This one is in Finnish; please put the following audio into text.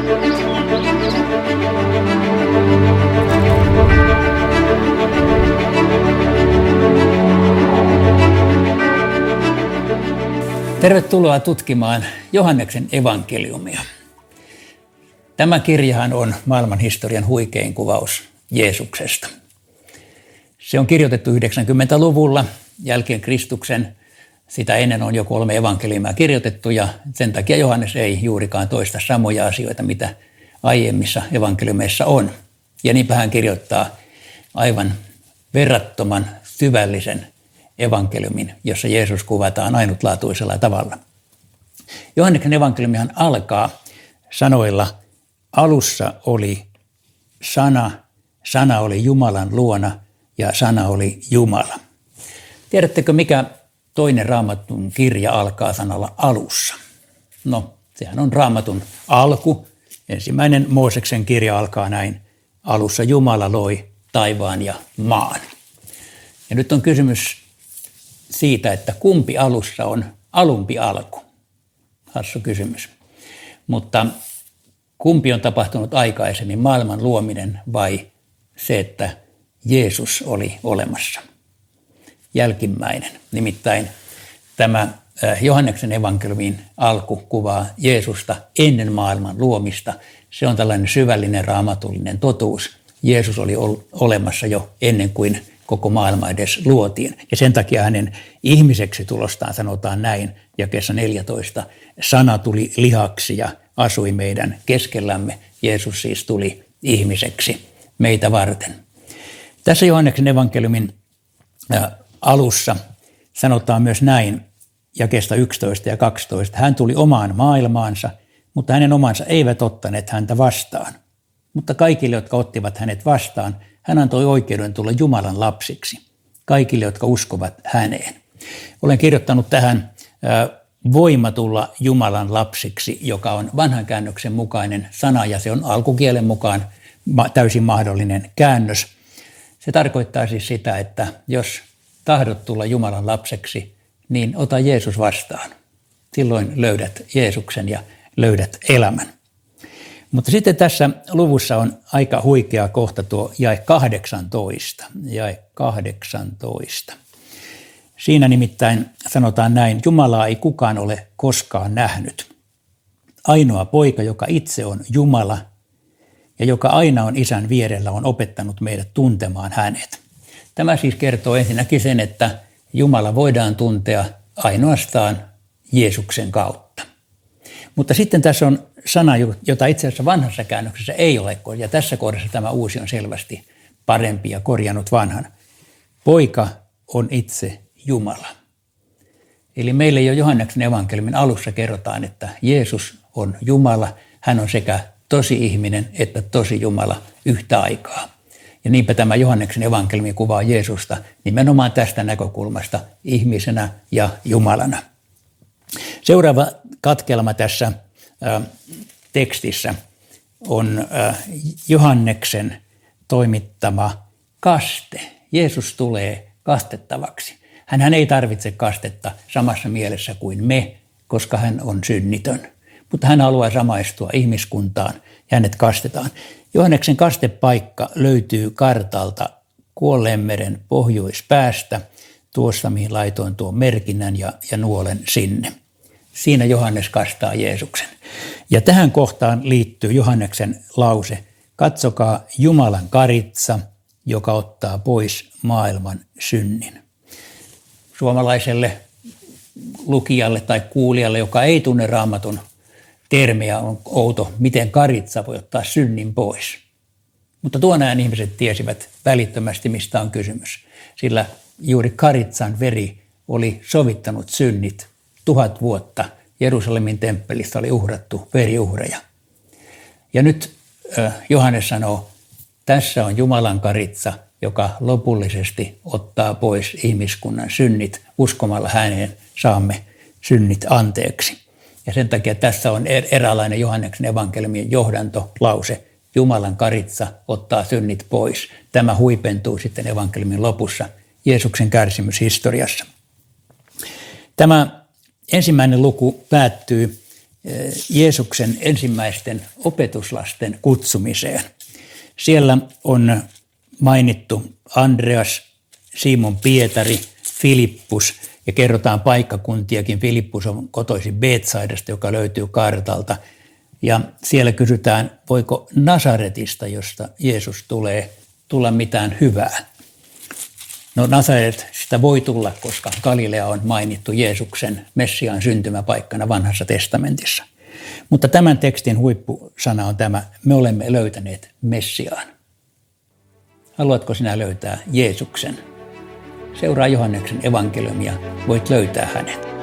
Tervetuloa tutkimaan Johanneksen evankeliumia. Tämä kirjahan on maailman historian huikein kuvaus Jeesuksesta. Se on kirjoitettu 90-luvulla jälkeen Kristuksen. Sitä ennen on jo 3 evankeliumia kirjoitettu ja sen takia Johannes ei juurikaan toista samoja asioita, mitä aiemmissa evankeliumeissa on. Ja niinpä hän kirjoittaa aivan verrattoman syvällisen evankeliumin, jossa Jeesus kuvataan ainutlaatuisella tavalla. Johanneksen evankeliumihan alkaa sanoilla: alussa oli sana, sana oli Jumalan luona ja sana oli Jumala. Tiedättekö, mikä toinen Raamatun kirja alkaa sanalla alussa? No, sehän on Raamatun alku. Ensimmäinen Mooseksen kirja alkaa näin: alussa Jumala loi taivaan ja maan. Ja nyt on kysymys siitä, että kumpi alussa on alumpi alku. Hassu kysymys. Mutta kumpi on tapahtunut aikaisemmin, maailman luominen vai se, että Jeesus oli olemassa? Jälkimmäinen. Nimittäin tämä Johanneksen evankeliumin alku kuvaa Jeesusta ennen maailman luomista. Se on tällainen syvällinen raamatullinen totuus. Jeesus oli olemassa jo ennen kuin koko maailma edes luotiin. Ja sen takia hänen ihmiseksi tulostaan sanotaan näin jakeessa 14. Sana tuli lihaksi ja asui meidän keskellämme. Jeesus siis tuli ihmiseksi meitä varten. Tässä Johanneksen evankeliumin alussa sanotaan myös näin jakeesta 11 ja 12. Hän tuli omaan maailmaansa, mutta hänen omansa eivät ottaneet häntä vastaan. Mutta kaikille, jotka ottivat hänet vastaan, hän antoi oikeuden tulla Jumalan lapsiksi, kaikille, jotka uskovat häneen. Olen kirjoittanut tähän voima tulla Jumalan lapsiksi, joka on vanhan käännöksen mukainen sana, ja se on alkukielen mukaan täysin mahdollinen käännös. Se tarkoittaa siis sitä, että jos tahdot tulla Jumalan lapseksi, niin ota Jeesus vastaan. Silloin löydät Jeesuksen ja löydät elämän. Mutta sitten tässä luvussa on aika huikea kohta tuo jae 18. Jae 18. Siinä nimittäin sanotaan näin: Jumalaa ei kukaan ole koskaan nähnyt. Ainoa poika, joka itse on Jumala ja joka aina on Isän vierellä, on opettanut meidät tuntemaan hänet. Tämä siis kertoo ensinnäkin sen, että Jumala voidaan tuntea ainoastaan Jeesuksen kautta. Mutta sitten tässä on sana, jota itse asiassa vanhassa käännöksessä ei ole, ja tässä kohdassa tämä uusi on selvästi parempi ja korjannut vanhan. Poika on itse Jumala. Eli meille jo Johanneksen evankeliumin alussa kerrotaan, että Jeesus on Jumala. Hän on sekä tosi ihminen että tosi Jumala yhtä aikaa. Ja niinpä tämä Johanneksen evankeliumi kuvaa Jeesusta nimenomaan tästä näkökulmasta ihmisenä ja Jumalana. Seuraava katkelma tässä tekstissä on Johanneksen toimittama kaste. Jeesus tulee kastettavaksi. Hän ei tarvitse kastetta samassa mielessä kuin me, koska hän on synnitön. Mutta hän haluaa samaistua ihmiskuntaan ja hänet kastetaan. Johanneksen kastepaikka löytyy kartalta Kuolleenmeren pohjoispäästä, tuossa mihin laitoin tuon merkinnän ja nuolen sinne. Siinä Johannes kastaa Jeesuksen. Ja tähän kohtaan liittyy Johanneksen lause: katsokaa Jumalan karitsa, joka ottaa pois maailman synnin. Suomalaiselle lukijalle tai kuulijalle, joka ei tunne Raamatun termiä, on outo, miten karitsa voi ottaa synnin pois. Mutta tuon ajan ihmiset tiesivät välittömästi, mistä on kysymys. Sillä juuri karitsan veri oli sovittanut synnit. 1000 vuotta Jerusalemin temppelissä oli uhrattu veriuhreja. Ja nyt Johannes sanoo, tässä on Jumalan karitsa, joka lopullisesti ottaa pois ihmiskunnan synnit. Uskomalla häneen saamme synnit anteeksi. Ja sen takia tässä on eräänlainen Johanneksen evankeliumin johdantolause. Jumalan karitsa ottaa synnit pois. Tämä huipentuu sitten evankeliumin lopussa Jeesuksen kärsimyshistoriassa. Tämä ensimmäinen luku päättyy Jeesuksen ensimmäisten opetuslasten kutsumiseen. Siellä on mainittu Andreas, Simon Pietari, Filippus ja kerrotaan paikkakuntiakin. Filippus on kotoisin Betsaidasta, joka löytyy kartalta. Ja siellä kysytään, voiko Nasaretista, josta Jeesus tulla mitään hyvää. No Nasaretista voi tulla, koska Galilea on mainittu Jeesuksen Messiaan syntymäpaikkana Vanhassa testamentissa. Mutta tämän tekstin huippusana on tämä, me olemme löytäneet Messiaan. Haluatko sinä löytää Jeesuksen? Seuraa Johanneksen evankeliumia, voit löytää hänet.